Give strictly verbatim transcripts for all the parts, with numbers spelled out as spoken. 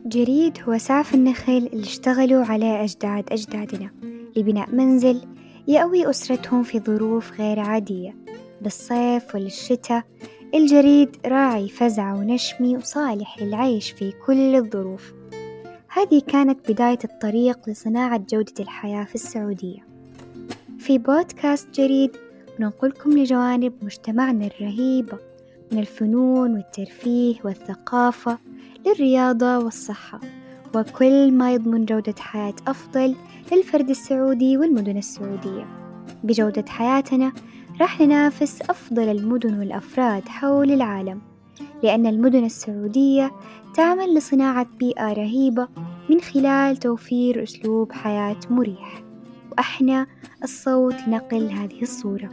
جريد هو سعف النخل اللي اشتغلوا عليه أجداد أجدادنا لبناء منزل يأوي أسرتهم في ظروف غير عادية. بالصيف وللشتاء الجريد راعي فزع ونشمي وصالح للعيش في كل الظروف. هذه كانت بداية الطريق لصناعة جودة الحياة في السعودية. في بودكاست جريد بننقلكم لجوانب مجتمعنا الرهيبة من الفنون والترفيه والثقافة للرياضة والصحة، وكل ما يضمن جودة حياة أفضل للفرد السعودي والمدن السعودية. بجودة حياتنا راح ننافس أفضل المدن والأفراد حول العالم، لأن المدن السعودية تعمل لصناعة بيئة رهيبة من خلال توفير أسلوب حياة مريح، وإحنا الصوت لنقل هذه الصورة.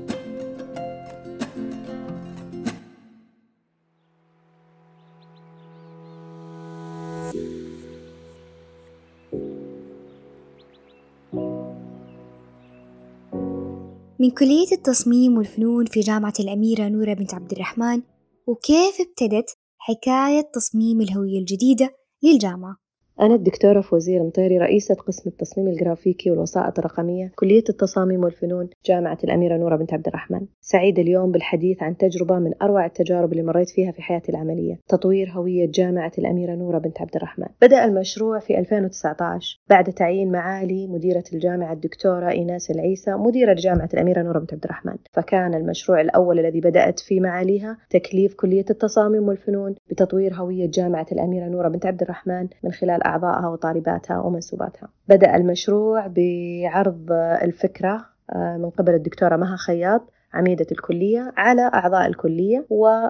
من كلية التصميم والفنون في جامعة الأميرة نورة بنت عبد الرحمن، وكيف ابتدت حكاية تصميم الهوية الجديدة للجامعة. أنا الدكتورة فوزية المطيري، رئيسة قسم التصميم الجرافيكي والوسائط الرقمية، كلية التصاميم والفنون، جامعة الأميرة نورة بنت عبد الرحمن. سعيدة اليوم بالحديث عن تجربة من أروع التجارب اللي مريت فيها في حياتي العملية، تطوير هوية جامعة الأميرة نورة بنت عبد الرحمن. بدأ المشروع في ألفين وتسعة عشر بعد تعيين معالي مديرة الجامعة الدكتورة إيناس العيسى مديرة جامعة الأميرة نورة بنت عبد الرحمن. فكان المشروع الأول الذي بدأت في معاليها تكليف كلية التصاميم والفنون بتطوير هوية جامعة الأميرة نورة بنت عبد الرحمن من خلال أعضائها وطالباتها ومنسوباتها. بدأ المشروع بعرض الفكرة من قبل الدكتورة مها خياط عميدة الكلية على أعضاء الكلية،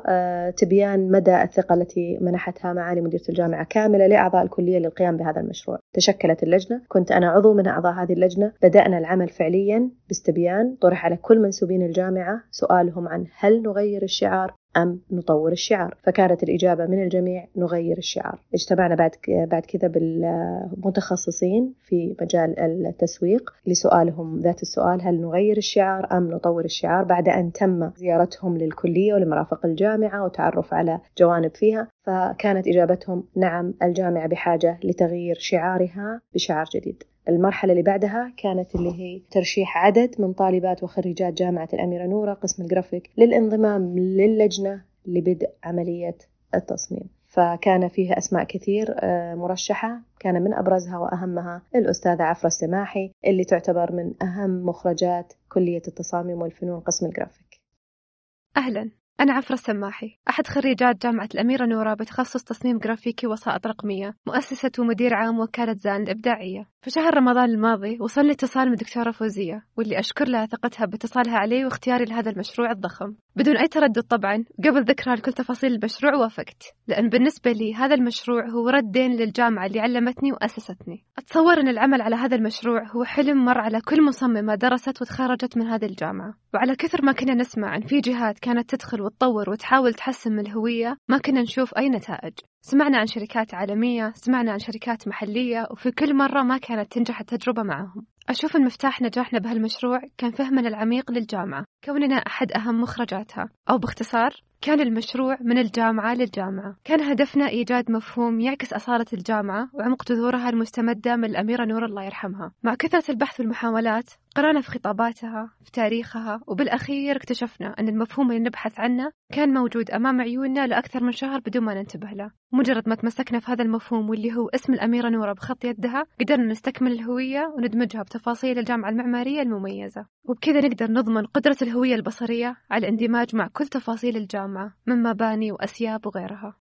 وتبيان مدى الثقة التي منحتها معالي مديرة الجامعة كاملة لأعضاء الكلية للقيام بهذا المشروع. تشكلت اللجنة، كنت أنا عضو من أعضاء هذه اللجنة. بدأنا العمل فعليا باستبيان، طرح على كل منسوبين الجامعة سؤالهم عن هل نغير الشعار أم نطور الشعار، فكانت الإجابة من الجميع نغير الشعار. اجتمعنا بعد بعد كذا بالمتخصصين في مجال التسويق لسؤالهم ذات السؤال هل نغير الشعار أم نطور الشعار، بعد أن تم زيارتهم للكلية ولمرافق الجامعة وتعرف على جوانب فيها. فكانت إجابتهم نعم، الجامعة بحاجة لتغيير شعارها بشعار جديد. المرحلة اللي بعدها كانت اللي هي ترشيح عدد من طالبات وخريجات جامعة الأميرة نورة قسم الجرافيك للانضمام للجنة لبدء عملية التصميم. فكان فيها أسماء كثير مرشحة، كان من أبرزها وأهمها الأستاذة عفرة السماحي اللي تعتبر من أهم مخرجات كلية التصاميم والفنون قسم الجرافيك. أهلاً، أنا عفرة السماحي، أحد خريجات جامعة الأميرة نورة بتخصص تصميم جرافيكي وسائط رقمية، مؤسسة ومدير عام وكالة زان الإبداعية. في شهر رمضان الماضي وصلني اتصال من الدكتورة فوزية، واللي أشكر لها ثقتها باتصالها علي واختياري لهذا المشروع الضخم. بدون أي تردد طبعاً، قبل ذكرى لكل تفاصيل المشروع وافقت، لأن بالنسبة لي هذا المشروع هو ردين للجامعة اللي علمتني وأسستني. أتصور أن العمل على هذا المشروع هو حلم مر على كل مصممة درست وتخرجت من هذه الجامعة. وعلى كثر ما كنا نسمع عن في جهات كانت تدخل وتطور وتحاول تحسن من الهوية، ما كنا نشوف أي نتائج. سمعنا عن شركات عالمية، سمعنا عن شركات محلية، وفي كل مرة ما كانت تنجح التجربة معهم. أشوف المفتاح نجاحنا بهالمشروع كان فهمنا العميق للجامعة، كوننا أحد أهم مخرجاتها، أو باختصار كان المشروع من الجامعة للجامعة. كان هدفنا إيجاد مفهوم يعكس أصالة الجامعة وعمق جذورها المستمدة من الأميرة نور الله يرحمها. مع كثرة البحث والمحاولات قرأنا في خطاباتها، في تاريخها، وبالأخير اكتشفنا أن المفهوم اللي نبحث عنه كان موجود أمام عيوننا لأكثر من شهر بدون ما ننتبه له. مجرد ما تمسكنا في هذا المفهوم واللي هو اسم الأميرة نورة بخط يدها، قدرنا نستكمل الهوية وندمجها بتفاصيل الجامعة المعمارية المميزة، وبكذا نقدر نضمن قدرة الهوية البصرية على الاندماج مع كل تفاصيل الجامعة من مباني وأسياب وغيرها.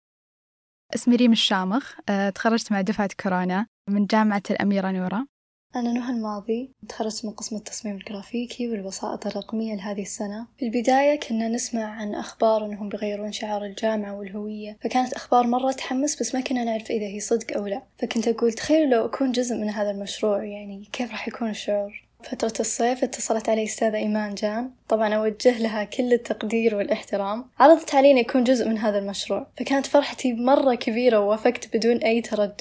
اسمي ريم الشامخ، تخرجت مع دفعة كورونا من جامعة الأميرة نورة. أنا نهى الماضي، تخرجت من قسم التصميم الجرافيكي والوسائط الرقمية لهذه السنة. في البداية كنا نسمع عن أخبار أنهم بيغيرون شعار الجامعة والهوية، فكانت أخبار مرة تحمس، بس ما كنا نعرف إذا هي صدق أو لا. فكنت أقول تخيل لو أكون جزء من هذا المشروع، يعني كيف راح يكون الشعور؟ فترة الصيف اتصلت علي أستاذة إيمان جان، طبعا أوجه لها كل التقدير والاحترام، عرضت علينا يكون جزء من هذا المشروع، فكانت فرحتي مرة كبيرة ووافقت بدون أي تردد.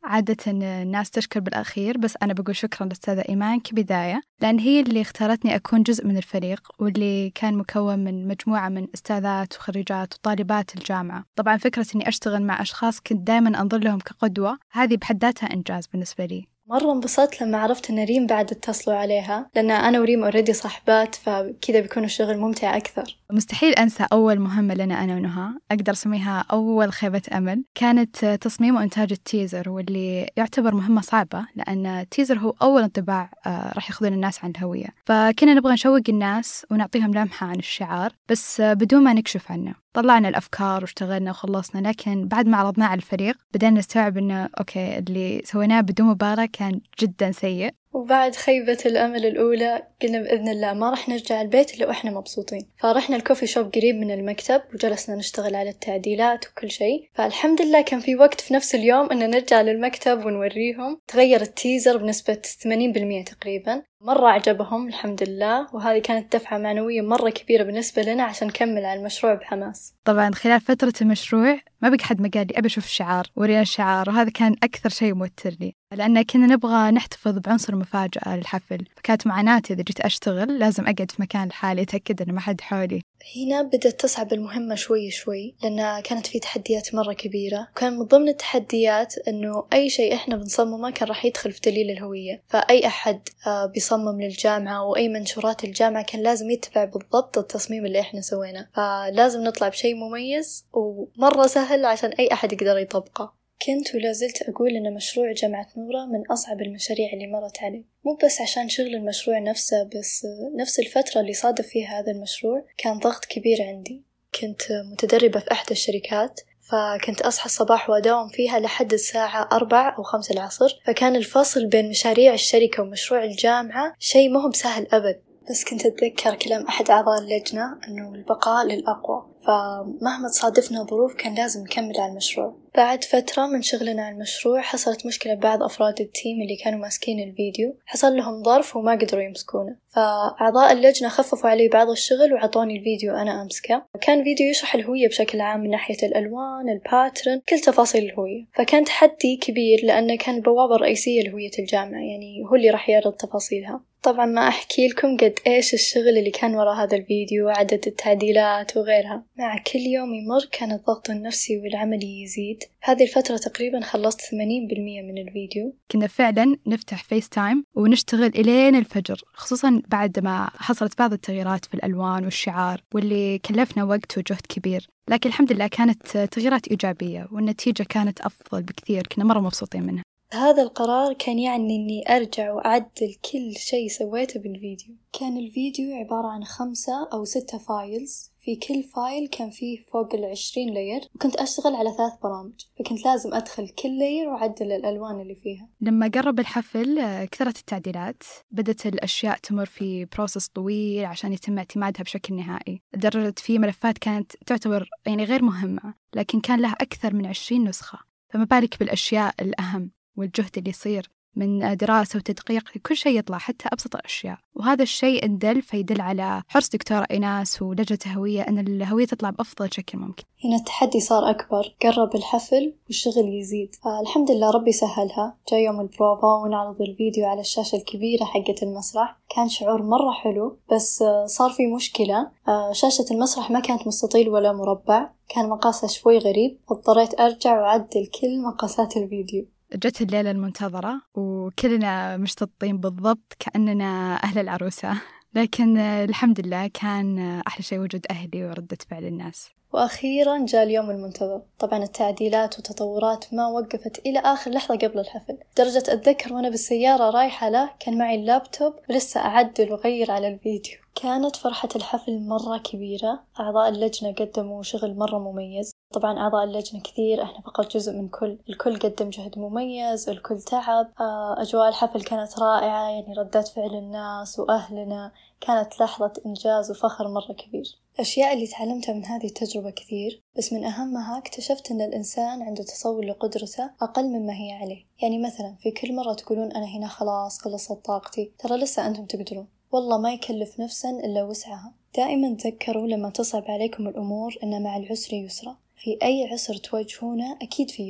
عادة الناس تشكر بالأخير، بس أنا بقول شكرا للأستاذة إيمان كبداية، لأن هي اللي اختارتني أكون جزء من الفريق، واللي كان مكون من مجموعة من أستاذات وخريجات وطالبات الجامعة. طبعا فكرة أني أشتغل مع أشخاص كنت دائما أنظر لهم كقدوة، هذه بحد ذاتها إنجاز بالنسبة لي. مرة انبسطت لما عرفت أن ريم بعد اتصلوا عليها، لأن أنا وريم أوريدي صاحبات، فكذا بيكون الشغل ممتع أكثر. مستحيل أنسى أول مهمة لنا أنا ونهى، أقدر أسميها أول خيبة أمل. كانت تصميم وإنتاج التيزر، واللي يعتبر مهمة صعبة لأن التيزر هو أول انطباع راح يأخذون الناس عن الهوية. فكنا نبغى نشوق الناس ونعطيهم لمحة عن الشعار بس بدون ما نكشف عنه. طلعنا الأفكار واشتغلنا وخلصنا، لكن بعد ما عرضناه على الفريق بدأنا نستوعب إنه أوكي اللي سويناه بدون مبالغة كان جدا سيء. وبعد خيبة الأمل الأولى قلنا بإذن الله ما رح نرجع البيت إلا وإحنا مبسوطين، فرحنا الكوفي شوب قريب من المكتب وجلسنا نشتغل على التعديلات وكل شيء. فالحمد لله كان في وقت في نفس اليوم أن نرجع للمكتب ونوريهم. تغير التيزر بنسبة ثمانين بالمئة تقريبا، مرة عجبهم الحمد لله، وهذه كانت دفعة معنوية مرة كبيرة بالنسبة لنا عشان نكمل على المشروع بحماس. طبعا خلال فترة المشروع ما بقى حد ما قال لي أبي أشوف الشعار، ورينا الشعار، وهذا كان أكثر شيء موتر لي، لأن كنا نبغى نحتفظ بعنصر مفاجأة للحفل. فكانت معاناتي إذا جيت أشتغل لازم أقعد في مكان لحالي أتأكد أن ما حد حولي. هنا بدأت تصعب المهمة شوي شوي، لأن كانت في تحديات مرة كبيرة، وكان من ضمن التحديات أنه أي شيء إحنا بنصممه كان راح يدخل في دليل الهوية. فأي أحد بيصمم للجامعة أو أي منشورات الجامعة كان لازم يتبع بالضبط التصميم اللي إحنا سويناه، فلازم نطلع بشيء مميز ومرة سهل عشان أي أحد يقدر يطبقه. كنت ولا زلت أقول إن مشروع جامعة نورة من أصعب المشاريع اللي مرت علي، مو بس عشان شغل المشروع نفسه، بس نفس الفترة اللي صادف فيها هذا المشروع كان ضغط كبير عندي. كنت متدربة في أحد الشركات، فكنت أصحى الصباح وأداوم فيها لحد الساعة أربع أو خمسة العصر، فكان الفصل بين مشاريع الشركة ومشروع الجامعة شيء مهم سهل أبد. بس كنت أتذكر كلام أحد أعضاء اللجنة أنه البقاء للأقوى، فمهما تصادفنا ظروف كان لازم نكمل على المشروع. بعد فترة من شغلنا على المشروع حصلت مشكلة ببعض أفراد التيم اللي كانوا ماسكين الفيديو، حصل لهم ظرف وما قدروا يمسكونه، فأعضاء اللجنة خففوا علي بعض الشغل وعطوني الفيديو أنا أمسكه. كان فيديو يشرح الهوية بشكل عام من ناحية الألوان، الباترن، كل تفاصيل الهوية، فكان تحدي كبير لأنه كان البوابة الرئيسية لهوية الجامعة، يعني هو اللي راح يعرض تفاصيلها. طبعا ما أحكي لكم قد إيش الشغل اللي كان وراء هذا الفيديو وعدد التعديلات وغيرها. مع كل يوم يمر كان الضغط النفسي والعملي يزيد. هذه الفترة تقريبا خلصت ثمانين بالمئة من الفيديو. كنا فعلا نفتح فيس تايم ونشتغل إلين الفجر، خصوصا بعد ما حصلت بعض التغييرات في الألوان والشعار، واللي كلفنا وقت وجهد كبير، لكن الحمد لله كانت تغييرات إيجابية والنتيجة كانت أفضل بكثير، كنا مرة مبسوطين منها. هذا القرار كان يعني إني أرجع وأعدل كل شيء سويته بالفيديو. كان الفيديو عبارة عن خمسة أو ستة فايلز، في كل فايل كان فيه فوق العشرين لاير، وكنت أشتغل على ثلاث برامج، فكنت لازم أدخل كل لاير وأعدل الألوان اللي فيها. لما قرب الحفل كثرت التعديلات، بدت الأشياء تمر في بروسس طويل عشان يتم اعتمادها بشكل نهائي، لدرجة في ملفات كانت تعتبر يعني غير مهمة لكن كان لها أكثر من عشرين نسخة، فما بالك بالأشياء الأهم والجهد اللي يصير من دراسة وتدقيق لكل شيء يطلع حتى أبسط الأشياء. وهذا الشيء اندل فيدل على حرص دكتورة إيناس ولجنة الهوية أن الهوية تطلع بأفضل شكل ممكن. هنا التحدي صار أكبر، قرب الحفل والشغل يزيد. الحمد لله ربي سهلها، جاء يوم البروفا ونعرض الفيديو على الشاشة الكبيرة حقة المسرح، كان شعور مرة حلو. بس صار في مشكلة، شاشة المسرح ما كانت مستطيل ولا مربع، كان مقاسها شوي غريب، اضطريت أرجع وأعدل كل مقاسات الفيديو. جت الليلة المنتظرة وكلنا مشتطين بالضبط كأننا أهل العروسة، لكن الحمد لله كان أحلى شيء وجود أهلي وردة فعل الناس. وأخيرا جاء اليوم المنتظر. طبعا التعديلات والتطورات ما وقفت إلى آخر لحظة قبل الحفل، درجة أتذكر وأنا بالسيارة رايحة له كان معي اللابتوب ولسه أعدل وغير على الفيديو. كانت فرحة الحفل مرة كبيرة، أعضاء اللجنة قدموا شغل مرة مميز. طبعا أعضاء اللجنة كثير، إحنا فقط جزء من كل، الكل قدم جهد مميز، الكل تعب. أجواء الحفل كانت رائعة، يعني ردات فعل الناس وأهلنا كانت لحظة إنجاز وفخر مرة كبير. الأشياء اللي تعلمتها من هذه التجربة كثير، بس من أهمها اكتشفت أن الإنسان عنده تصور لقدرته أقل مما هي عليه. يعني مثلا في كل مرة تقولون أنا هنا خلاص خلصت طاقتي، ترى لسه أنتم تقدرون، والله ما يكلف نفسا إلا وسعها. دائما تذكروا لما تصعب عليكم الأمور أن مع العسر يسرا، في أي عسر تواجهونه أكيد في يسر.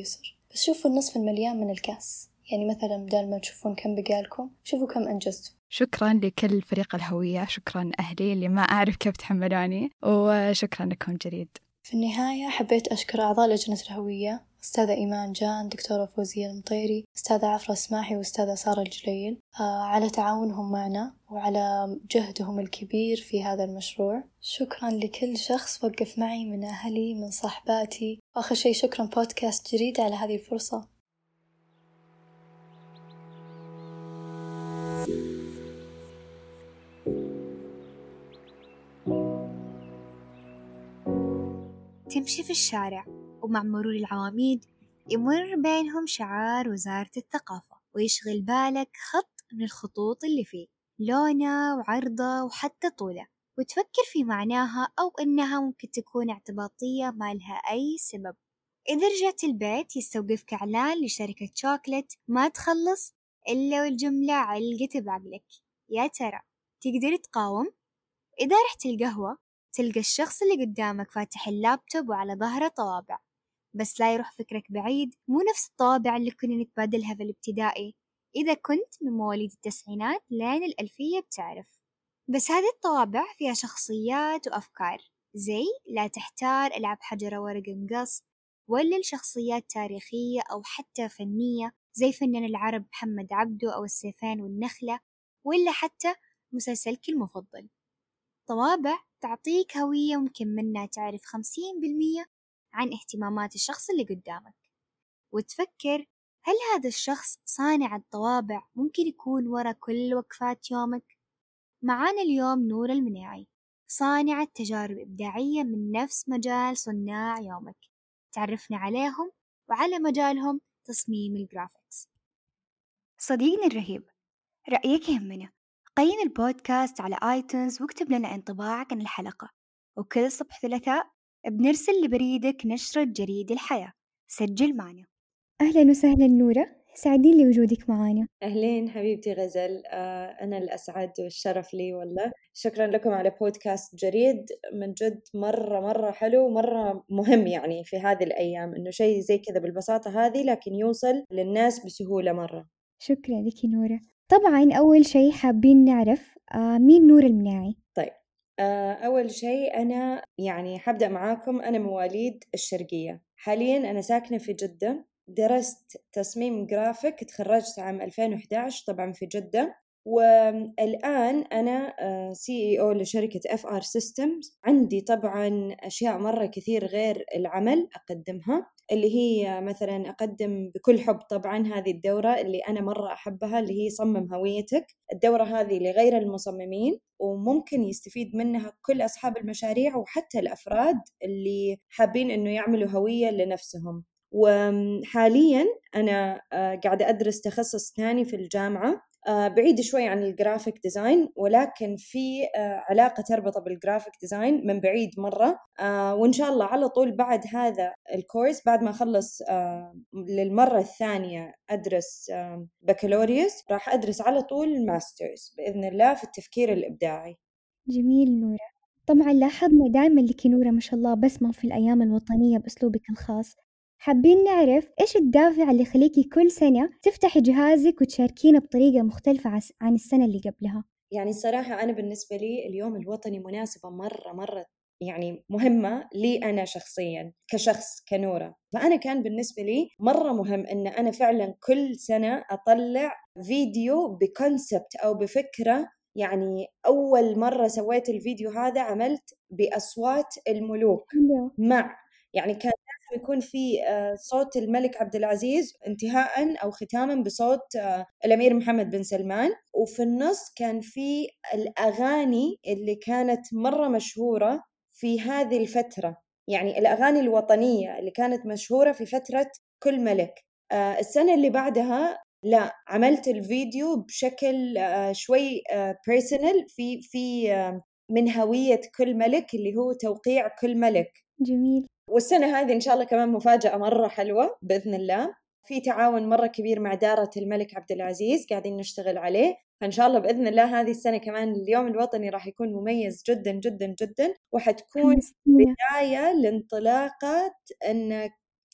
بس شوفوا النصف المليان من الكأس، يعني مثلا بدل ما تشوفون كم بقالكم شوفوا كم أنجزتوا. شكرا لكل فريق الهوية، شكرا أهلي اللي ما أعرف كيف تحملوني، وشكرا لكم جريد. في النهاية حبيت أشكر أعضاء لجنة الهوية، أستاذة إيمان جان، دكتورة فوزية المطيري، أستاذة عفرة سماحي، وأستاذة سارة الجليل آه على تعاونهم معنا وعلى جهدهم الكبير في هذا المشروع. شكرا لكل شخص وقف معي من أهلي من صاحباتي، وآخر شيء شكرا بودكاست جريد على هذه الفرصة. تمشي في الشارع ومع مرور العواميد يمر بينهم شعار وزارة الثقافة، ويشغل بالك خط من الخطوط اللي فيه، لونه وعرضه وحتى طوله، وتفكر في معناها أو إنها ممكن تكون اعتباطية ما لها أي سبب. إذا رجعت البيت يستوقفك إعلان لشركة شوكولات ما تخلص إلا والجملة علقت بعقلك، يا ترى تقدر تقاوم؟ إذا رحت القهوة تلقى الشخص اللي قدامك فاتح اللابتوب وعلى ظهره طوابع، بس لا يروح فكرك بعيد، مو نفس الطوابع اللي كنا نتبادلها في الابتدائي إذا كنت من مواليد التسعينات لين الألفية بتعرف. بس هذه الطوابع فيها شخصيات وأفكار، زي لا تحتار ألعب حجر ورق مقص، ولا الشخصيات تاريخية أو حتى فنية زي فنان العرب محمد عبده أو السيفين والنخلة، ولا حتى مسلسلك المفضل. طوابع تعطيك هوية ممكن منها تعرف خمسين بالمية عن اهتمامات الشخص اللي قدامك، وتفكر هل هذا الشخص صانع الطوابع ممكن يكون ورا كل وقفات يومك؟ معانا اليوم نورة المنيعي، صانعة تجارب إبداعية من نفس مجال صناع يومك، تعرفنا عليهم وعلى مجالهم تصميم الجرافيكس. صديقنا الرهيب، رأيك يهمنا. قيم البودكاست على آيتونز واكتب لنا انطباعك عن الحلقة، وكل صبح ثلاثاء بنرسل لبريدك نشرة جريد الحياة. سجل معنا. أهلا وسهلا نورة، سعيدين لوجودك معنا. أهلين حبيبتي غزل، آه أنا الأسعد والشرف لي والله. شكرا لكم على بودكاست جريد، من جد مرة مرة حلو، مرة مهم يعني في هذه الأيام إنه شيء زي كذا بالبساطة هذه لكن يوصل للناس بسهولة مرة. شكرا لك نورة. طبعا أول شيء حابين نعرف آه مين نورة المنيعي؟ طيب آه أول شيء أنا يعني حبدأ معاكم، أنا مواليد الشرقية، حاليا أنا ساكنة في جدة، درست تصميم جرافيك، تخرجت عام ألفين وإحدى عشر طبعا في جدة، والآن أنا سي إي أو لشركة إف آر Systems. عندي طبعا أشياء مرة كثير غير العمل أقدمها، اللي هي مثلا أقدم بكل حب طبعا هذه الدورة اللي أنا مرة أحبها، اللي هي صمم هويتك. الدورة هذه لغير المصممين وممكن يستفيد منها كل أصحاب المشاريع وحتى الأفراد اللي حابين إنه يعملوا هوية لنفسهم. وحاليا أنا قاعدة أدرس تخصص ثاني في الجامعة، بعيد شوي عن الجرافيك ديزاين، ولكن في علاقة تربط بالجرافيك ديزاين من بعيد مرة، وإن شاء الله على طول بعد هذا الكورس، بعد ما أخلص للمرة الثانية أدرس بكالوريوس، راح أدرس على طول ماسترز بإذن الله في التفكير الإبداعي. جميل نورة. طبعا لاحظنا دائما لك نورة ما شاء الله بسمة في الأيام الوطنية بأسلوبك الخاص. حابين نعرف إيش الدافع اللي يخليكي كل سنة تفتحي جهازك وتشاركينا بطريقة مختلفة عن السنة اللي قبلها؟ يعني الصراحة أنا بالنسبة لي اليوم الوطني مناسبة مرة مرة يعني مهمة لي أنا شخصيا كشخص كنورة، فأنا كان بالنسبة لي مرة مهم إن أنا فعلا كل سنة أطلع فيديو بكونسبت أو بفكرة. يعني أول مرة سويت الفيديو هذا عملت بأصوات الملوك، مع يعني كان لازم يكون في صوت الملك عبد العزيز انتهاء أو ختاما بصوت الأمير محمد بن سلمان، وفي النص كان في الأغاني اللي كانت مرة مشهورة في هذه الفترة، يعني الأغاني الوطنية اللي كانت مشهورة في فترة كل ملك. السنة اللي بعدها لا، عملت الفيديو بشكل شوي بيرسونال في في من هوية كل ملك اللي هو توقيع كل ملك. جميل. والسنة هذه إن شاء الله كمان مفاجأة مرة حلوة بإذن الله، في تعاون مرة كبير مع دارة الملك عبد العزيز قاعدين نشتغل عليه، فإن شاء الله بإذن الله هذه السنة كمان اليوم الوطني راح يكون مميز جدا جدا جدا، وحتكون بداية لانطلاقة أن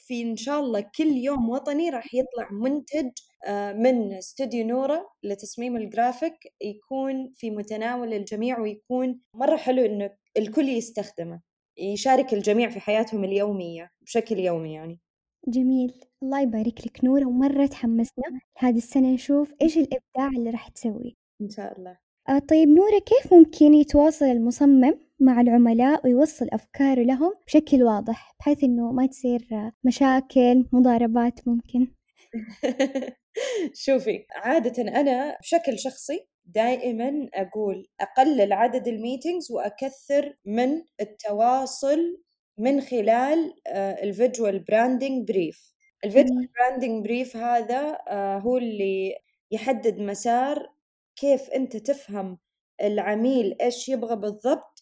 في إن شاء الله كل يوم وطني راح يطلع منتج من استوديو نورة لتصميم الجرافيك يكون في متناول الجميع، ويكون مرة حلو إنه الكل يستخدمه، يشارك الجميع في حياتهم اليومية بشكل يومي يعني. جميل، الله يبارك لك نورة، ومرة تحمسنا هذه السنة نشوف إيش الإبداع اللي راح تسويه إن شاء الله. آه طيب نورة، كيف ممكن يتواصل المصمم مع العملاء ويوصل أفكاره لهم بشكل واضح بحيث إنه ما تصير مشاكل مضاربات ممكن؟ شوفي، عادة أنا بشكل شخصي دائما أقول أقلل عدد الميتينجز وأكثر من التواصل من خلال الفيجوال براندنج بريف. الفيجوال براندنج بريف هذا هو اللي يحدد مسار كيف أنت تفهم العميل إيش يبغى بالضبط،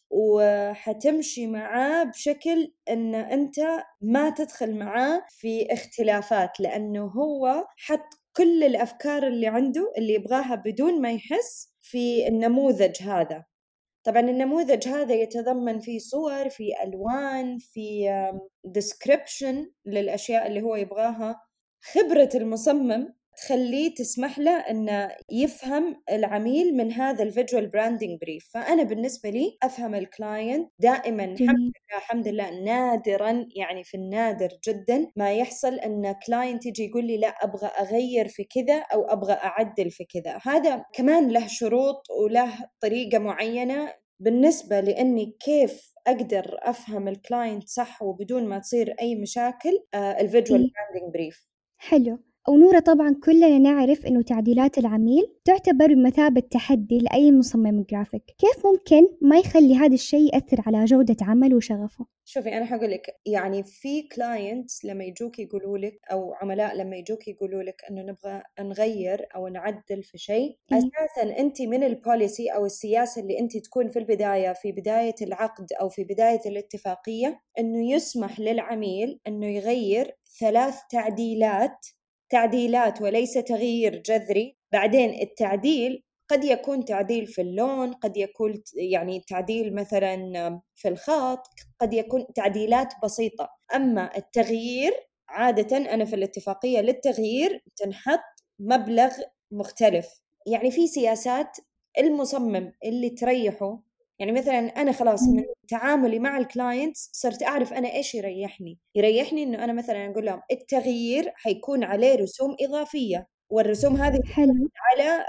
وحتمشي معاه بشكل أن أنت ما تدخل معاه في اختلافات، لأنه هو حط كل الأفكار اللي عنده اللي يبغاها بدون ما يحس في النموذج هذا. طبعا النموذج هذا يتضمن فيه صور، في ألوان، في description للأشياء اللي هو يبغاها. خبرة المصمم تخليه تسمح له أنه يفهم العميل من هذا الفيجوال براندينج بريف. فأنا بالنسبة لي أفهم الكلاينت دائما. الحمد لله الحمد لله نادرا، يعني في النادر جدا ما يحصل أن كلاينت يجي يقول لي لا أبغى أغير في كذا أو أبغى أعدل في كذا. هذا كمان له شروط وله طريقة معينة بالنسبة لأني كيف أقدر أفهم الكلاينت صح وبدون ما تصير أي مشاكل. آه الفيجوال براندينج بريف حلو. ونورة طبعا كلنا نعرف أنه تعديلات العميل تعتبر بمثابة تحدي لأي مصمم جرافيك، كيف ممكن ما يخلي هذا الشيء يأثر على جودة عمل وشغفه؟ شوفي أنا حقول لك، يعني في كلاينتس لما يجوك يقولوا لك، أو عملاء لما يجوك يقولوا لك أنه نبغى نغير أو نعدل في شيء، إيه؟ أساساً أنت من البوليسي أو السياسة اللي أنت تكون في البداية في بداية العقد أو في بداية الاتفاقية أنه يسمح للعميل أنه يغير ثلاث تعديلات تعديلات وليس تغيير جذري. بعدين التعديل قد يكون تعديل في اللون، قد يكون يعني تعديل مثلا في الخط، قد يكون تعديلات بسيطة. أما التغيير عادة أنا في الاتفاقية للتغيير تنحط مبلغ مختلف. يعني في سياسات المصمم اللي تريحه، يعني مثلا أنا خلاص من تعاملي مع الكلاينتس صرت أعرف أنا إيش يريحني يريحني إنه أنا مثلا أقول لهم التغيير حيكون عليه رسوم إضافية، والرسوم هذه حلو. على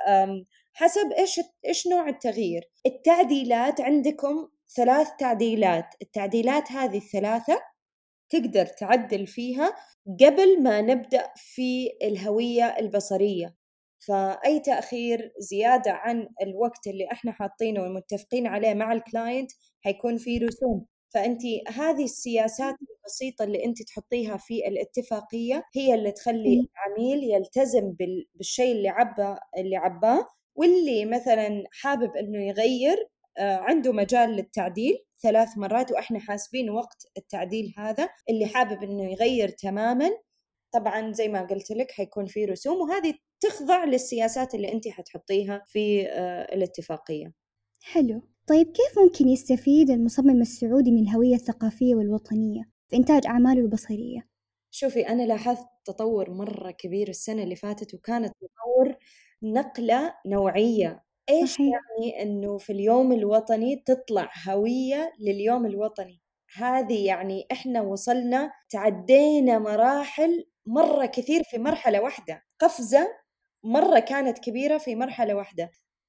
حسب إيش إيش نوع التغيير. التعديلات عندكم ثلاث تعديلات، التعديلات هذه الثلاثة تقدر تعدل فيها قبل ما نبدأ في الهوية البصرية. فأي تأخير زيادة عن الوقت اللي احنا حاطينه ومتفقين عليه مع الكلاينت حيكون فيه رسوم. فأنتي هذه السياسات البسيطة اللي أنت تحطيها في الاتفاقية هي اللي تخلي العميل يلتزم بالشيء اللي عبا اللي عباه، واللي مثلا حابب أنه يغير عنده مجال للتعديل ثلاث مرات وإحنا حاسبين وقت التعديل هذا. اللي حابب أنه يغير تماما طبعا زي ما قلت لك حيكون فيه رسوم، وهذه تخضع للسياسات اللي أنت حتحطيها في الاتفاقية. حلو. طيب كيف ممكن يستفيد المصمم السعودي من الهوية الثقافية والوطنية في إنتاج أعماله البصرية؟ شوفي أنا لاحظت تطور مرة كبير السنة اللي فاتت، وكانت تطور نقلة نوعية. إيش صحيح. يعني أنه في اليوم الوطني تطلع هوية لليوم الوطني؟ هذه يعني إحنا وصلنا تعدينا مراحل مرة كثير في مرحلة واحدة، قفزة مرة كانت كبيرة في مرحلة واحدة.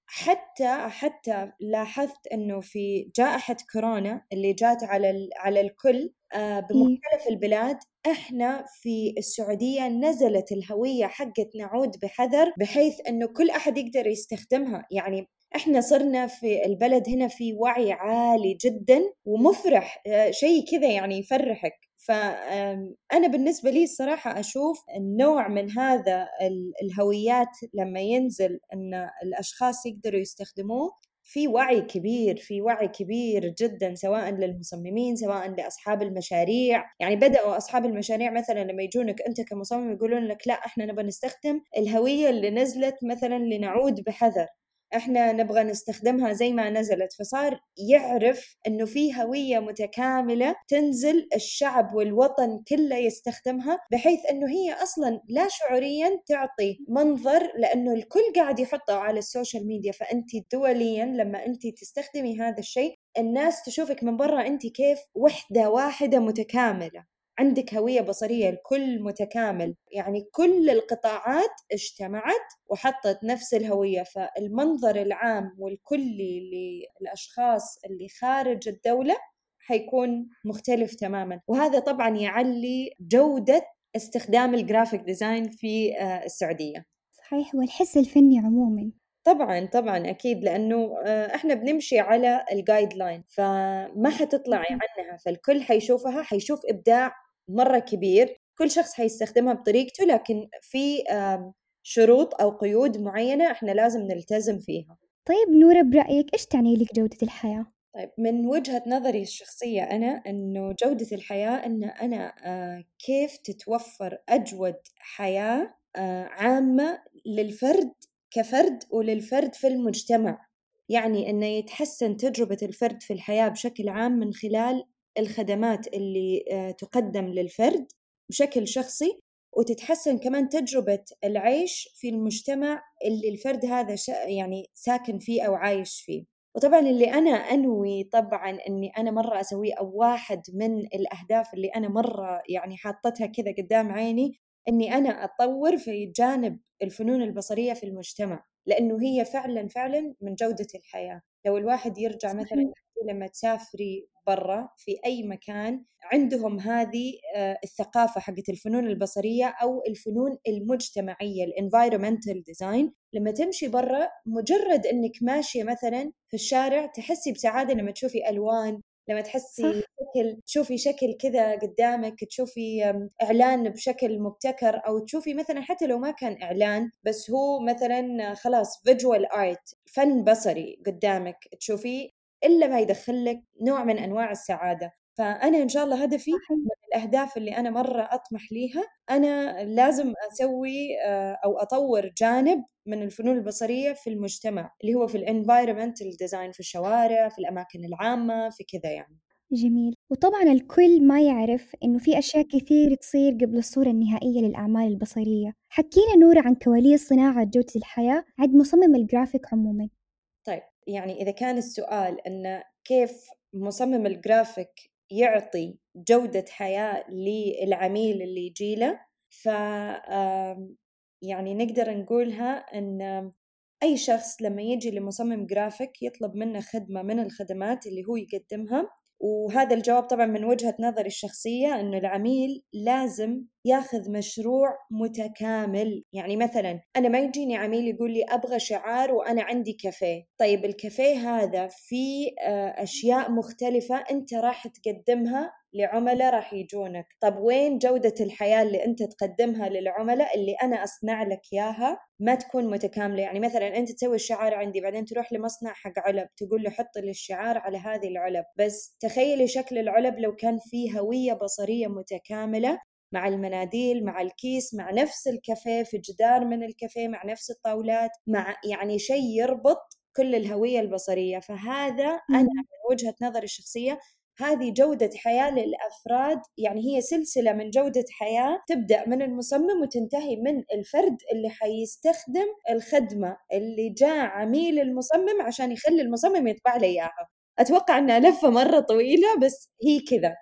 حتى حتى لاحظت أنه في جائحة كورونا اللي جات على على الكل بمختلف البلاد، إحنا في السعودية نزلت الهوية حقت نعود بحذر بحيث أنه كل أحد يقدر يستخدمها. يعني إحنا صرنا في البلد هنا في وعي عالي جدا ومفرح، شيء كذا يعني يفرحك. فأنا بالنسبة لي الصراحة أشوف النوع من هذا الهويات لما ينزل أن الأشخاص يقدروا يستخدموه في وعي كبير في وعي كبير جدا، سواء للمصممين سواء لأصحاب المشاريع. يعني بدأوا أصحاب المشاريع مثلا لما يجونك أنت كمصمم يقولون لك لا إحنا نبغى نستخدم الهوية اللي نزلت مثلا لنعود بحذر. إحنا نبغى نستخدمها زي ما نزلت، فصار يعرف إنه في هوية متكاملة تنزل الشعب والوطن كله يستخدمها، بحيث إنه هي أصلا لا شعوريا تعطي منظر، لأنه الكل قاعد يحطه على السوشيال ميديا. فأنت دوليا لما أنت تستخدمي هذا الشيء الناس تشوفك من برا أنت كيف وحدة واحدة متكاملة، عندك هوية بصرية، الكل متكامل، يعني كل القطاعات اجتمعت وحطت نفس الهوية. فالمنظر العام والكلي للأشخاص اللي خارج الدولة حيكون مختلف تماما، وهذا طبعا يعلي جودة استخدام الجرافيك ديزاين في السعودية. صحيح، والحس الفني عموما. طبعا طبعا أكيد، لأنه إحنا بنمشي على الجايد لاين، فما حتطلعي عنها، فالكل حيشوفها، حيشوف إبداع مرة كبير، كل شخص حيستخدمها بطريقته، لكن في شروط أو قيود معينة إحنا لازم نلتزم فيها. طيب نورة، برأيك إيش تعني لك جودة الحياة؟ طيب من وجهة نظري الشخصية أنا، أنه جودة الحياة أن أنا كيف تتوفر أجود حياة عامة للفرد كفرد وللفرد في المجتمع، يعني أنه يتحسن تجربة الفرد في الحياة بشكل عام من خلال الخدمات اللي تقدم للفرد بشكل شخصي، وتتحسن كمان تجربة العيش في المجتمع اللي الفرد هذا يعني ساكن فيه أو عايش فيه. وطبعا اللي أنا أنوي طبعا أني أنا مرة أسويه، أو واحد من الأهداف اللي أنا مرة يعني حاطتها كذا قدام عيني، أني أنا أطور في جانب الفنون البصرية في المجتمع، لأنه هي فعلا فعلا من جودة الحياة. لو الواحد يرجع مثلا لما تسافري برا في أي مكان عندهم هذه الثقافة حقت الفنون البصرية أو الفنون المجتمعية الانفايرومنتال ديزاين، لما تمشي برا مجرد أنك ماشية مثلا في الشارع تحسي بسعادة لما تشوفي ألوان، لما تحسي شكل، تشوفي شكل كذا قدامك، تشوفي إعلان بشكل مبتكر، أو تشوفي مثلا حتى لو ما كان إعلان بس هو مثلا خلاص فيجوال آرت، فن بصري قدامك تشوفيه، إلا ما يدخلك نوع من أنواع السعادة. فأنا إن شاء الله هدفي من الأهداف اللي أنا مرة أطمح ليها، أنا لازم أسوي أو أطور جانب من الفنون البصرية في المجتمع اللي هو في الانفايرومنتال ديزاين، في الشوارع، في الأماكن العامة، في كذا يعني. جميل. وطبعا الكل ما يعرف إنه في أشياء كثير تصير قبل الصورة النهائية للأعمال البصرية. حكينا نورة عن كواليس صناعة جودة الحياة عند مصمم الجرافيك عموما. طيب يعني إذا كان السؤال أن كيف مصمم الجرافيك يعطي جودة حياة للعميل اللي يجي له، ف يعني نقدر نقولها أن أي شخص لما يجي لمصمم جرافيك يطلب منه خدمة من الخدمات اللي هو يقدمها، وهذا الجواب طبعا من وجهة نظري الشخصية أنه العميل لازم ياخذ مشروع متكامل. يعني مثلا أنا ما يجيني عميل يقول لي أبغى شعار وأنا عندي كافيه، طيب الكافيه هذا في أشياء مختلفة أنت راح تقدمها لعملاء راح يجونك، طب وين جودة الحياة اللي أنت تقدمها للعملاء اللي أنا أصنع لك إياها ما تكون متكاملة؟ يعني مثلا أنت تسوي الشعار عندي، بعدين تروح لمصنع حق علب تقول له حط لي الشعار على هذه العلب، بس تخيلي شكل العلب لو كان فيه هوية بصرية متكاملة مع المناديل، مع الكيس، مع نفس الكافيه، في جدار من الكافيه، مع نفس الطاولات، مع يعني شيء يربط كل الهوية البصرية. فهذا أنا من وجهة نظري الشخصية هذه جودة حياة للأفراد، يعني هي سلسلة من جودة حياة تبدأ من المصمم وتنتهي من الفرد اللي حيستخدم الخدمة اللي جاء عميل المصمم عشان يخلي المصمم يطبع لي إياها. أتوقع أنها لفة مرة طويلة بس هي كذا.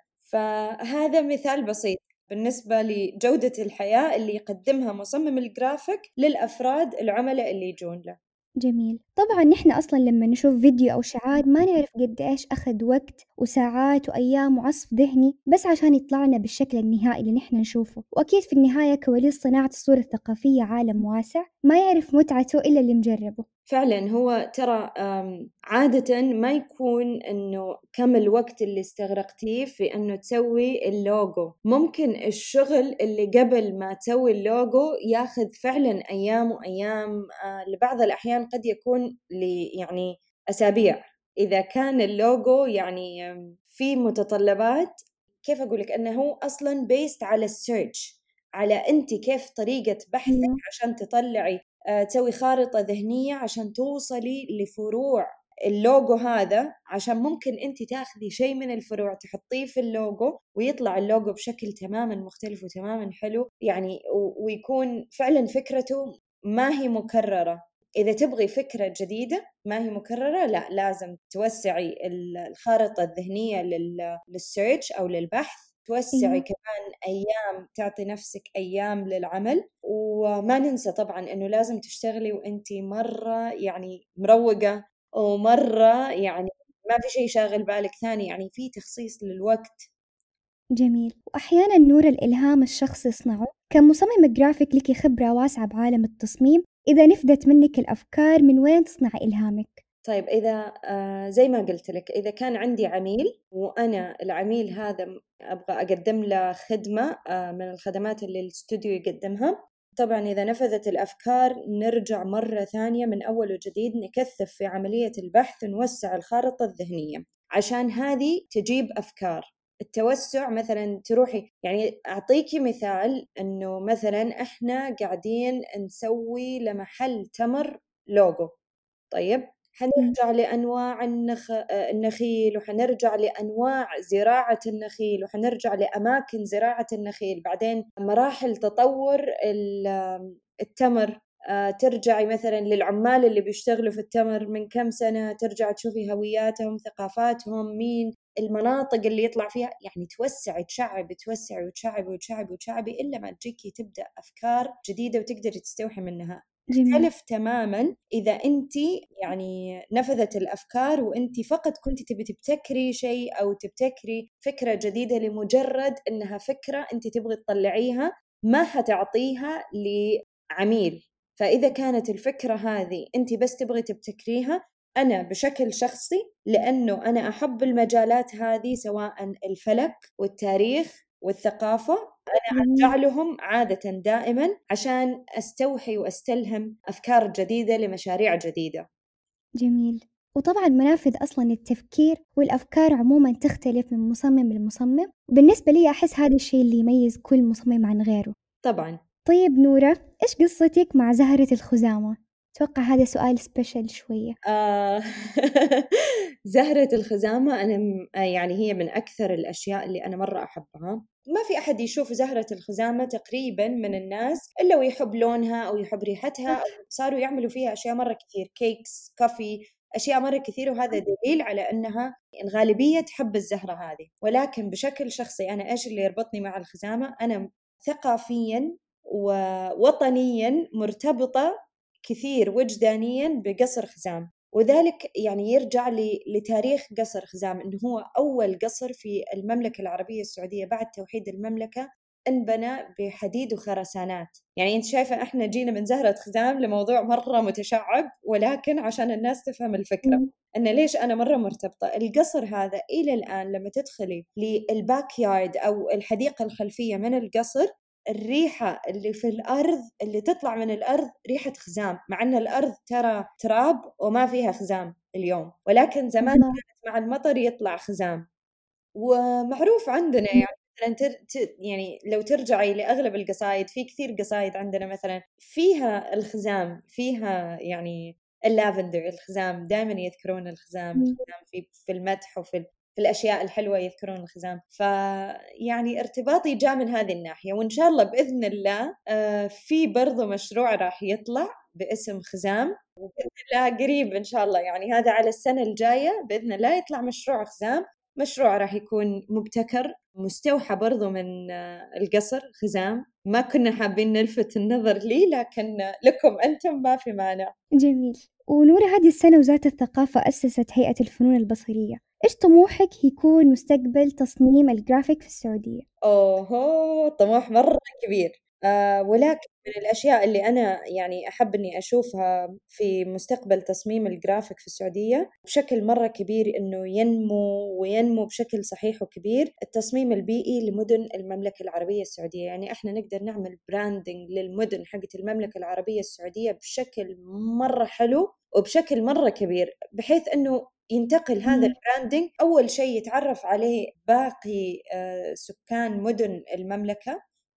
فهذا مثال بسيط بالنسبة لجودة الحياة اللي يقدمها مصمم الجرافيك للأفراد العملاء اللي يجون له. جميل. طبعا نحن أصلا لما نشوف فيديو أو شعار ما نعرف قد إيش أخذ وقت وساعات وأيام وعصف ذهني بس عشان يطلعنا بالشكل النهائي اللي نحن نشوفه. وأكيد في النهاية كواليس صناعة الصورة الثقافية عالم واسع ما يعرف متعته إلا اللي مجربه. فعلا هو ترى عادة ما يكون أنه كم الوقت اللي استغرقتيه في أنه تسوي اللوجو، ممكن الشغل اللي قبل ما تسوي اللوجو ياخذ فعلا أيام وأيام، لبعض الأحيان قد يكون لي يعني أسابيع إذا كان اللوجو يعني في متطلبات. كيف أقولك أنه أصلا بيست على السيرش، على أنت كيف طريقة بحثك عشان تطلعي تسوي خارطة ذهنية عشان توصلي لفروع اللوجو هذا، عشان ممكن أنت تاخذي شيء من الفروع تحطيه في اللوجو ويطلع اللوجو بشكل تماما مختلف وتماما حلو يعني، ويكون فعلا فكرته ما هي مكررة. إذا تبغي فكرة جديدة ما هي مكررة، لا لازم توسعي الخارطة الذهنية للسيرش أو للبحث، توسعي كمان أيام، تعطي نفسك أيام للعمل. وما ننسى طبعا أنه لازم تشتغلي وأنتي مرة يعني مروقة ومرة يعني ما في شيء شاغل بالك ثاني، يعني في تخصيص للوقت. جميل. وأحيانا نور الإلهام الشخص يصنعه، كمصمم جرافيك لك خبرة واسعة بعالم التصميم، إذا نفدت منك الأفكار من وين تصنع إلهامك؟ طيب إذا آه زي ما قلت لك، إذا كان عندي عميل وأنا العميل هذا أبغى أقدم له خدمة آه من الخدمات اللي الاستوديو يقدمها، طبعا إذا نفذت الأفكار نرجع مرة ثانية من أول وجديد، نكثف في عملية البحث، نوسع الخارطة الذهنية عشان هذه تجيب أفكار. التوسع مثلا تروحي يعني أعطيكي مثال، أنه مثلا إحنا قاعدين نسوي لمحل تمر لوجو، طيب حنرجع لأنواع النخ... النخيل، وحنرجع لأنواع زراعة النخيل، وحنرجع لأماكن زراعة النخيل، بعدين مراحل تطور التمر، ترجعي مثلا للعمال اللي بيشتغلوا في التمر من كم سنة، ترجع تشوفي هوياتهم، ثقافاتهم، مين المناطق اللي يطلع فيها، يعني توسعي تشعبي توسعي وتشعبي وتشعبي وتشعبي إلا ما تجيكي تبدأ أفكار جديدة وتقدري تستوحي منها. تختلف تماما إذا أنت يعني نفذت الأفكار وأنت فقط كنت تبي تبتكري شيء أو تبتكري فكرة جديدة لمجرد أنها فكرة أنت تبغي تطلعيها، ما حتعطيها لعميل. فإذا كانت الفكرة هذه أنت بس تبغي تبتكريها، أنا بشكل شخصي لأنه أنا أحب المجالات هذه سواء الفلك والتاريخ والثقافة، أنا أرجع لهم عادة دائما عشان أستوحي وأستلهم أفكار جديدة لمشاريع جديدة. جميل. وطبعا منافذ أصلا التفكير والأفكار عموما تختلف من مصمم لمصمم، وبالنسبة لي أحس هذا الشيء اللي يميز كل مصمم عن غيره. طبعا. طيب نورة، إيش قصتك مع زهرة الخزامة؟ أتوقع هذا سؤال سبيشل شوية. آه زهرة الخزامة أنا يعني هي من أكثر الأشياء اللي أنا مرة أحبها. ما في أحد يشوف زهرة الخزامة تقريبا من الناس إلا ويحب لونها أو يحب ريحتها، أو صاروا يعملوا فيها أشياء مرة كثير، كيكس، كافي، أشياء مرة كثير، وهذا دليل على أنها الغالبية تحب الزهرة هذه. ولكن بشكل شخصي أنا إيش اللي يربطني مع الخزامة؟ أنا ثقافيا ووطنيا مرتبطة كثير وجدانيا بقصر خزام، وذلك يعني يرجع لتاريخ قصر خزام، إنه هو أول قصر في المملكة العربية السعودية بعد توحيد المملكة انبنى بحديد وخرسانات. يعني أنت شايفة إحنا جينا من زهرة خزام لموضوع مرة متشعب، ولكن عشان الناس تفهم الفكرة أن ليش أنا مرة مرتبطة. القصر هذا إلى الآن لما تدخلي للباك يارد أو الحديقة الخلفية من القصر، الريحة اللي في الأرض اللي تطلع من الأرض ريحة خزام، مع أن الأرض ترى تراب وما فيها خزام اليوم، ولكن زمان كانت مع المطر يطلع خزام. ومعروف عندنا يعني مثلا تر... يعني لو ترجعي لأغلب القصايد، في كثير قصايد عندنا مثلا فيها الخزام، فيها يعني اللافندر، الخزام دائما يذكرون الخزام، الخزام في في المدح وفي في الأشياء الحلوة يذكرون الخزام. فيعني ارتباطي جاء من هذه الناحية، وإن شاء الله بإذن الله آه في برضو مشروع راح يطلع باسم خزام، وبإذن الله قريب إن شاء الله، يعني هذا على السنة الجاية بإذن الله يطلع مشروع خزام. مشروع راح يكون مبتكر، مستوحى برضو من آه القصر خزام، ما كنا حابين نلفت النظر لي، لكن لكم أنتم ما في مانع. جميل. ونورة، هذه السنة وزارة الثقافة أسست هيئة الفنون البصرية، إيش طموحك يكون مستقبل تصميم الجرافيك في السعودية؟ أوه طموح مرة كبير، آه ولكن من الأشياء اللي أنا يعني أحب أني أشوفها في مستقبل تصميم الجرافيك في السعودية بشكل مرة كبير، إنه ينمو وينمو بشكل صحيح وكبير التصميم البيئي لمدن المملكة العربية السعودية. يعني إحنا نقدر نعمل براندنج للمدن حقت المملكة العربية السعودية بشكل مرة حلو وبشكل مرة كبير، بحيث أنه ينتقل هذا البراندنج أول شيء يتعرف عليه باقي سكان مدن المملكة،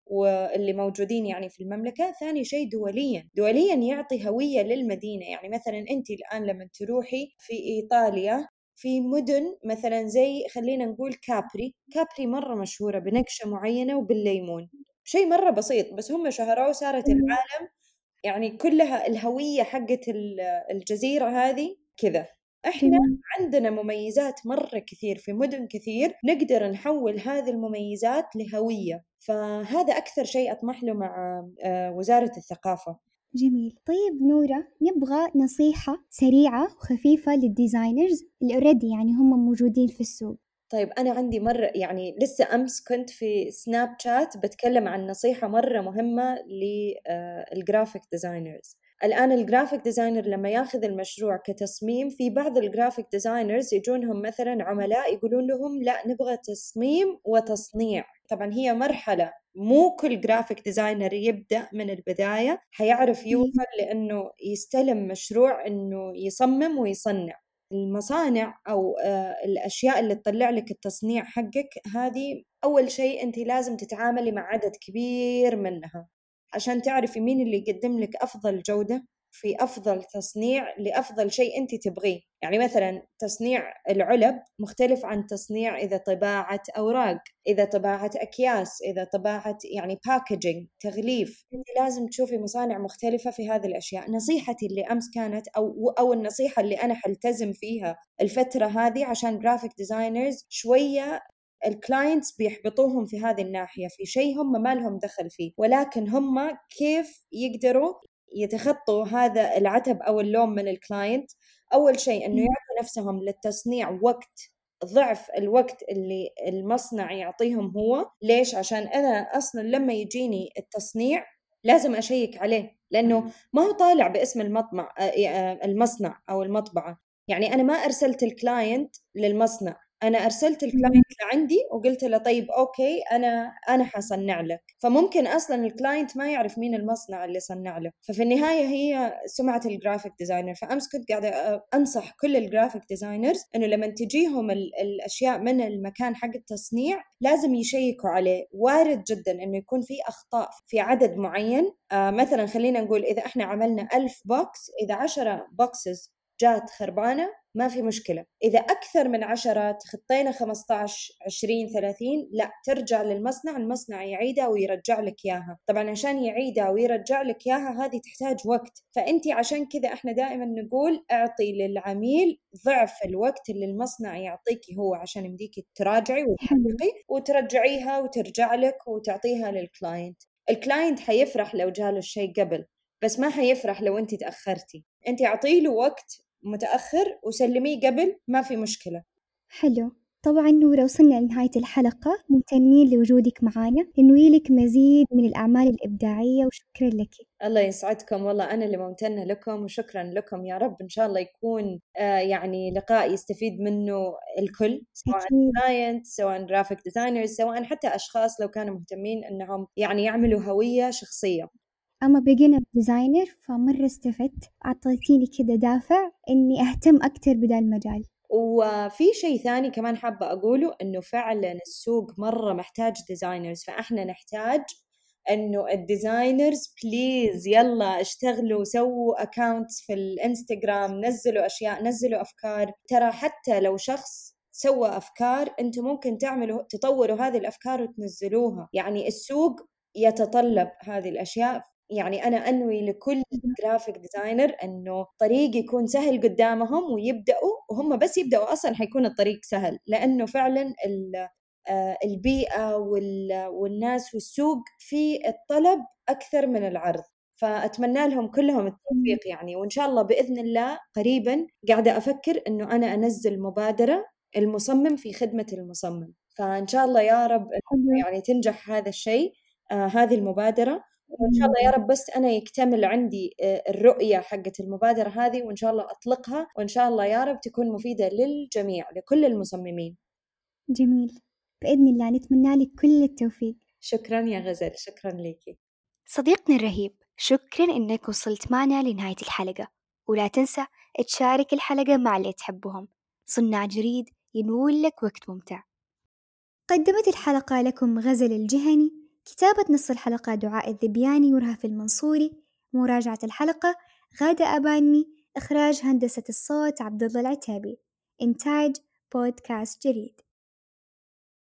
واللي موجودين يعني في المملكة. ثاني شيء دوليا دوليا يعطي هوية للمدينة. يعني مثلا أنت الآن لما تروحي في إيطاليا في مدن مثلا زي خلينا نقول كابري كابري مرة مشهورة بنكشة معينة وبالليمون، شيء مرة بسيط بس هم شهروه صارت العالم يعني كلها الهوية حقت الجزيرة هذه كذا. احنا عندنا مميزات مرة كثير في مدن كثير نقدر نحول هذه المميزات لهوية، فهذا أكثر شيء أطمح له مع وزارة الثقافة. جميل. طيب نورة، نبغى نصيحة سريعة وخفيفة للديزاينرز اللي اوريدي يعني هم موجودين في السوق. طيب أنا عندي مرة يعني لسه أمس كنت في سناب شات بتكلم عن نصيحة مرة مهمة للجرافيك ديزاينرز. الآن الجرافيك ديزاينر لما ياخذ المشروع كتصميم، في بعض الجرافيك ديزاينرز يجونهم مثلا عملاء يقولون لهم لا نبغى تصميم وتصنيع. طبعا هي مرحلة، مو كل جرافيك ديزاينر يبدأ من البداية حيعرف يوصل لأنه يستلم مشروع أنه يصمم ويصنع. المصانع أو الأشياء اللي تطلع لك التصنيع حقك هذه أول شيء أنت لازم تتعاملي مع عدد كبير منها عشان تعرفي مين اللي يقدم لك أفضل جودة في أفضل تصنيع لأفضل شيء أنت تبغيه. يعني مثلا تصنيع العلب مختلف عن تصنيع إذا طباعة أوراق، إذا طباعة أكياس، إذا طباعة يعني باكجينج تغليف. أنت لازم تشوفي مصانع مختلفة في هذه الأشياء. نصيحتي اللي أمس كانت أو أو النصيحة اللي أنا حلتزم فيها الفترة هذه عشان جرافيك ديزاينرز شوية الكلاينتس بيحبطوهم في هذه الناحية في شيء هم ما لهم دخل فيه، ولكن هم كيف يقدروا يتخطوا هذا العتب أو اللوم من الكلاينت. أول شيء أنه يعطوا نفسهم للتصنيع وقت ضعف الوقت اللي المصنع يعطيهم. هو ليش؟ عشان أنا أصلا لما يجيني التصنيع لازم أشيك عليه، لأنه ما هو طالع باسم المطمع المصنع أو المطبعة. يعني أنا ما أرسلت الكلاينت للمصنع، أنا أرسلت الكلاينت لعندي وقلت له طيب أوكي أنا أنا حصنع لك. فممكن أصلاً الكلاينت ما يعرف مين المصنع اللي صنع له. ففي النهاية هي سمعة الجرافيك ديزاينر. فأمس كنت قاعدة أنصح كل الجرافيك ديزاينرز إنه لما تجيهم الأشياء من المكان حق التصنيع لازم يشيكوا عليه. وارد جداً إنه يكون في أخطاء في عدد معين. آه مثلاً خلينا نقول إذا إحنا عملنا ألف بوكس، إذا عشرة بوكسز جات خربانة ما في مشكلة. إذا أكثر من عشرات خطينا خمسة عشر عشرين ثلاثين لا، ترجع للمصنع، المصنع يعيدها ويرجع لك إياها. طبعا عشان يعيدها ويرجع لك إياها هذه تحتاج وقت. فأنت عشان كذا إحنا دائما نقول أعطي للعميل ضعف الوقت اللي المصنع يعطيكي هو عشان يمديكي تراجعي وتحققي وترجعيها وترجع لك وتعطيها للكلاينت. الكلاينت حيفرح لو جاله الشيء قبل، بس ما حيفرح لو أنت تأخرتي. أنت أعطيه وقت متأخر وسلميه قبل، ما في مشكلة. حلو. طبعا نورة وصلنا لنهاية الحلقة، ممتنين لوجودك معنا، ننوي لك مزيد من الأعمال الإبداعية وشكرا لك. الله يسعدكم، والله أنا اللي ممتنة لكم وشكرا لكم. يا رب إن شاء الله يكون آه يعني لقاء يستفيد منه الكل، سواء كلاينت سواء جرافيك ديزاينرز سواء حتى أشخاص لو كانوا مهتمين أنهم يعني يعملوا هوية شخصية. أما beginner ديزاينر فمرة استفدت، أعطيتيني كده دافع إني أهتم أكتر بدا المجال. وفي شيء ثاني كمان حابة أقوله، إنه فعلا السوق مرة محتاج ديزاينرز، فإحنا نحتاج إنه الديزاينرز بليز يلا اشتغلوا، سووا أكاونتس في الإنستغرام، نزلوا أشياء، نزلوا أفكار. ترى حتى لو شخص سوى أفكار أنتم ممكن تعملوا تطوروا هذه الأفكار وتنزلوها. يعني السوق يتطلب هذه الأشياء. يعني أنا أنوي لكل جرافيك ديزاينر أنه طريق يكون سهل قدامهم ويبدأوا، وهم بس يبدأوا أصلا حيكون الطريق سهل، لأنه فعلا البيئة والناس والسوق في الطلب أكثر من العرض. فأتمنى لهم كلهم التوفيق يعني. وإن شاء الله بإذن الله قريبا قاعدة أفكر أنه أنا أنزل مبادرة المصمم في خدمة المصمم، فإن شاء الله يا رب يعني تنجح هذا الشيء، آه هذه المبادرة. وإن شاء الله يا رب بس أنا يكتمل عندي الرؤية حقة المبادرة هذه، وإن شاء الله أطلقها، وإن شاء الله يا رب تكون مفيدة للجميع لكل المصممين. جميل، بإذن الله نتمنى لك كل التوفيق. شكرا يا غزل، شكرا ليكي صديقنا الرهيب. شكرا إنك وصلت معنا لنهاية الحلقة، ولا تنسى تشارك الحلقة مع اللي تحبهم. صناع جريد ينول لك وقت ممتع. قدمت الحلقة لكم غزل الجهني، كتابة نص الحلقة دعاء الذبياني ورهف المنصوري. مراجعة الحلقة غادة أبانمي. إخراج هندسة الصوت عبد الله العتابي. إنتاج بودكاست جريد.